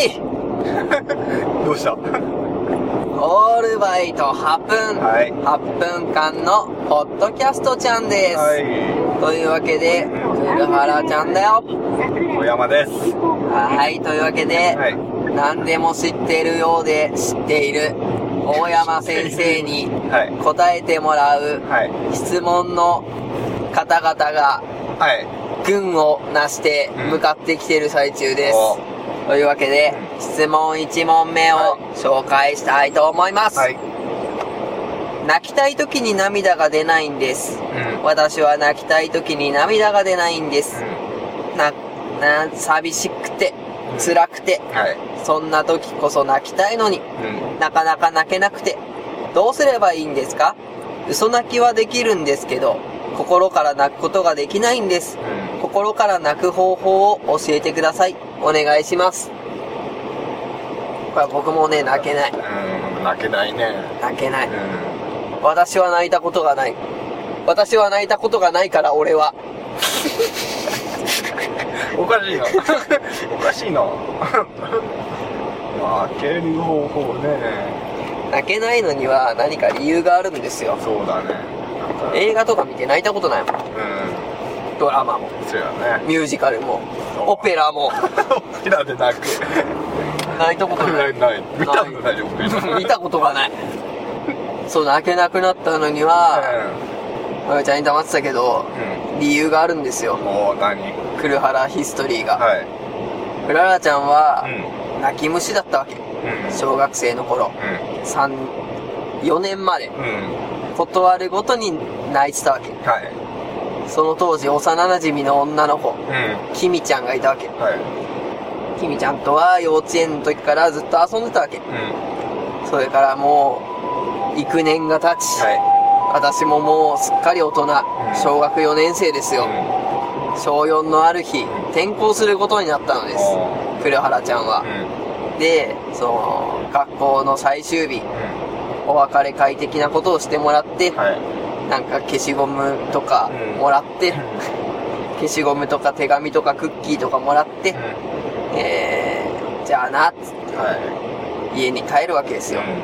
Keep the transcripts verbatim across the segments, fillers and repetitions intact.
いどうした？ オールバイトはっぷん、 はい、 はっぷんかんのポッドキャストちゃんです、 はい、 というわけで古原ちゃんだよ。 小山です。 はい、というわけで、はい、何でも知っているようで知っている大山先生に答えてもらう質問の方々が軍をなして向かってきている最中です、うん、というわけで質問いち問目を紹介したいと思います、はい、泣きたい時に涙が出ないんです、うん、私は泣きたい時に涙が出ないんです、うん、な、な、寂しくて辛くて、はい、そんな時こそ泣きたいのに、うん、なかなか泣けなくてどうすればいいんですか？嘘泣きはできるんですけど心から泣くことができないんです、うん、心から泣く方法を教えてください。お願いします。これは僕もね泣けない。 うん、泣けないね。 泣けない、うん、私は泣いたことがない。私は泣いたことがないから俺はおかしいなおかしいな泣ける方法ね。 泣けないのには何か理由があるんですよ。 そうだね。 映画とか見て泣いたことないもん、うん、ドラマもそうやね。 ミュージカルもオペラもオペラで泣く泣いたことない。 ない見たことないよ見たことがないそう泣けなくなったのには、うん、まゆちゃんに黙ってたけど、うん、理由があるんですよ。 おー、何？ 黒原ヒストリーが、 はい、 黒原ちゃんは、うん、泣き虫だったわけ、うん、小学生の頃、うん、さん、よねんまで、うん、断るごとに泣いてたわけ、はい、その当時幼馴染の女の子、うん、キミちゃんがいたわけ、はい、キミちゃんとは幼稚園の時からずっと遊んでたわけ、うん、それからもう幾年が経ち、はい、私ももうすっかり大人、うん、小学よねん生ですよ、うん、しょうよんのある日転校することになったのです、黒原ちゃんは、うん、でその学校の最終日、うん、お別れ会的なことをしてもらって、はい、なんか消しゴムとかもらって、うん、消しゴムとか手紙とかクッキーとかもらって、うん、えー、じゃあなっつって、はい、家に帰るわけですよ、うん、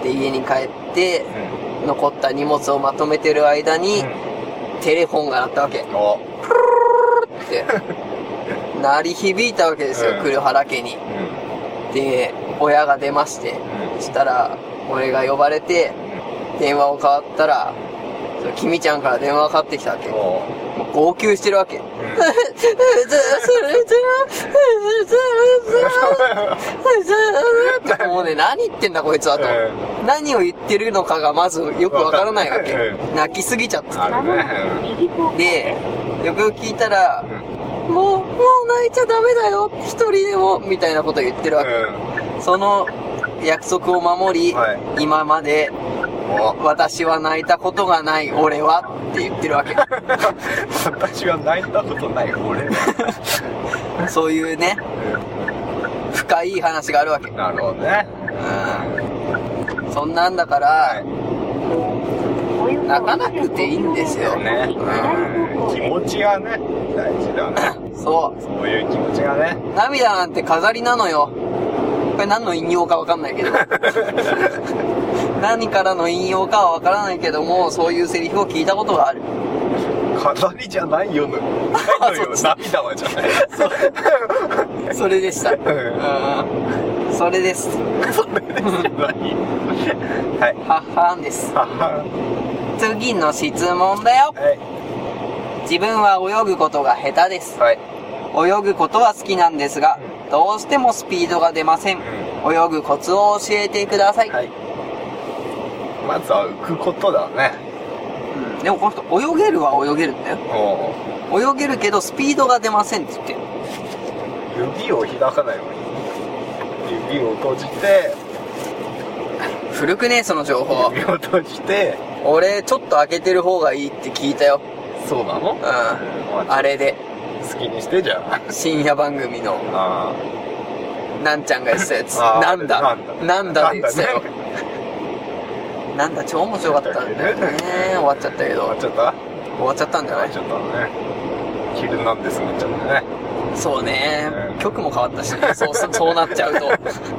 で家に帰って、うん、残った荷物をまとめてる間に、うん、テレフォンが鳴ったわけ。プルルルって鳴り響いたわけですよ、うん、黒原家に、うん、で親が出まして、うん、そしたら俺が呼ばれて電話を変わったらキミちゃんから電話がかかってきたわけ。もう号泣してるわけ、うん、もうね何言ってんだこいつはと、うん、何を言ってるのかがまずよくわからないわけ、うん、泣きすぎちゃってて、でよくよく聞いたら、うん、もうもう泣いちゃダメだよ一人でもみたいなこと言ってるわけ、うん、その約束を守り、はい、今まで私は泣いたことがない俺はって言ってるわけ私は泣いたことない俺はそういうね、うん、深い話があるわけ。 なるほどね、 うん、そんなんだから、はい、泣かなくていいんですよね、うん、気持ちがね大事だねそうそういう気持ちがね。 涙なんて飾りなのよ。これ何の引用か分かんないけど何からの引用かは分からないけどもそういうセリフを聞いたことがある。 飾りじゃないよのないのよ涙はじゃないそ, それでした、うん、それですそれですはいはっはんです次の質問だよ、はい、自分は泳ぐことが下手です、はい、泳ぐことは好きなんですが、うん、どうしてもスピードが出ません、うん、泳ぐコツを教えてください、はい、 まずは浮くことだね、 うん、でもこの人泳げるは泳げるんだよ。泳げるけどスピードが出ませんって言ってる。 指を開かないように指を閉じて古くねその情報。 指を閉じて俺ちょっと開けてる方がいいって聞いたよ。 そうなの？ うん、あれで好きにしてじゃあ深夜番組のあなんちゃんが言ってたやつなんだなんだなんだで言ってたよ。なんだ超面白かったんだよね。終わっちゃったけど。 終わっちゃった？ 終わっちゃったんじゃない？ 終わっちゃったのね。ヒルナンデスになっちゃったね。 そうね、うん、曲も変わったしね。そう、そうなっちゃうと。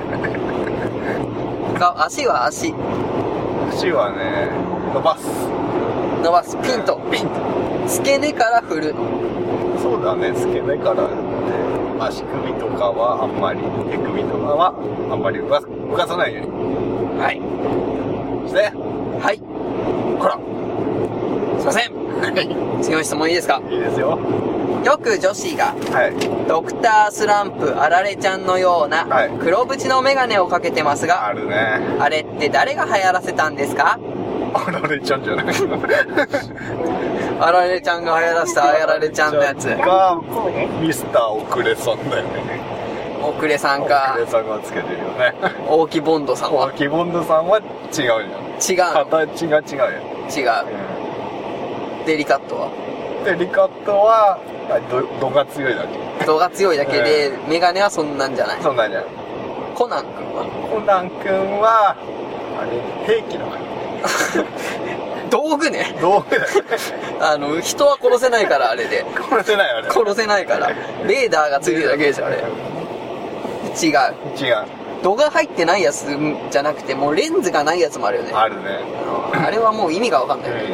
足は足。 足はね、伸ばす。 伸ばす。ピンと。ピンと。付け根から振る。 そうだね、付け根から振って、足首とかはあんまり、手首とかはあんまり動か、動かさないように。 はい。 して。 はい。 ほら。 すいません。次の質問いいですか？ いいですよ。 よく女子が、 はい、 ドクタースランプあられちゃんのような黒縁のメガネをかけてますが、 あるね。 あれって誰が流行らせたんですか？ あられちゃんじゃないあられちゃんが流行らせたあられちゃんのやつがミスターオクレさんだよね。 オクレさんか。 オクレさんがつけてるよね。 大木ボンドさんは大木ボンドさんは違うじゃん。違う。形が違うよ。 違う、うん、デリカットはデリカットはど度が強いだけ。 度が強いだけで、うん、メガネはそんなんじゃない。 そんなんじゃない。 コナン君はコナン君はあれ兵器だから道具ね。 道具だね。 あの人は殺せないからあれで。 殺せないあれ。 殺せないから。レーダーがついてるだけでしょあれ。違う。 違う。 度が入ってないやつじゃなくてもうレンズがないやつもあるよね。 あるね。 あれはもう意味が分かんない、ね。うん、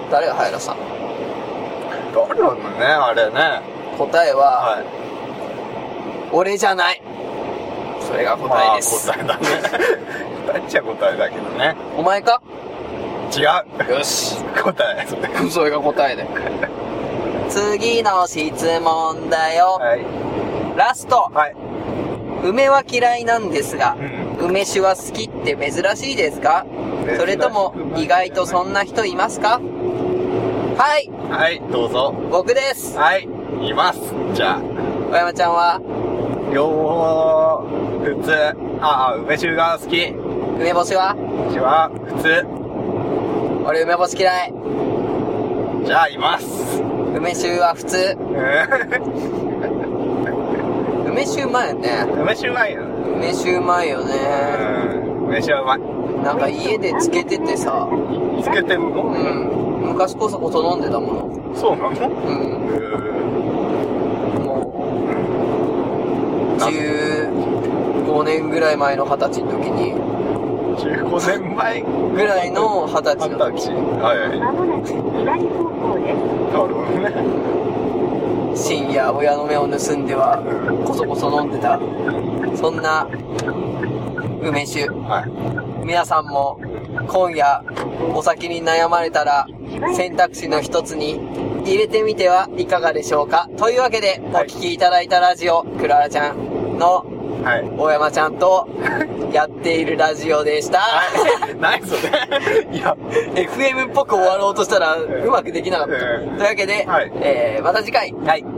誰が流行らせたの？ 誰なんだねあれね。 答えは、はい、俺じゃない。それが答えです。 まあ、答えだね。答えっちゃ答えだけどね。 お前か？ 違う。 よし。 答え。 それが答えだよ。次の質問だよ。 はい。 ラスト。 はい。 梅は嫌いなんですが、うん、梅酒は好きって珍しいですか？それとも意外とそんな人いますか？はい。 はい、どうぞ。 僕です。 はい、います。じゃあ。 小山ちゃんは？ 両方、普通。ああ、梅酒が好き。 梅干しは？ 梅酒は普通。 俺梅干し嫌い。 じゃあ、います。 梅酒は普通。梅酒うまいよね。 梅酒うまいよね。 梅酒うまいよね。 梅酒はうまい。なんか家で漬けててさ。 漬けてるの？ うん。昔こそこそ飲んでたもの。 そうなの？うん。 もう、じゅうごねんぐらい前の二十歳の時に。 じゅうごねんまえぐらいの二十歳の時。 はいはい。なるほどね。 深夜親の目を盗んではこそこそ飲んでた、そんな梅酒、はい、皆さんも今夜お酒に悩まれたら選択肢の一つに入れてみてはいかがでしょうか。というわけでお聞きいただいたラジオ、クララちゃんの大山ちゃんとやっているラジオでした。 何それ。いやエフエム っぽく終わろうとしたらうまくできなかった。というわけで、はい、えー、また次回。 はい。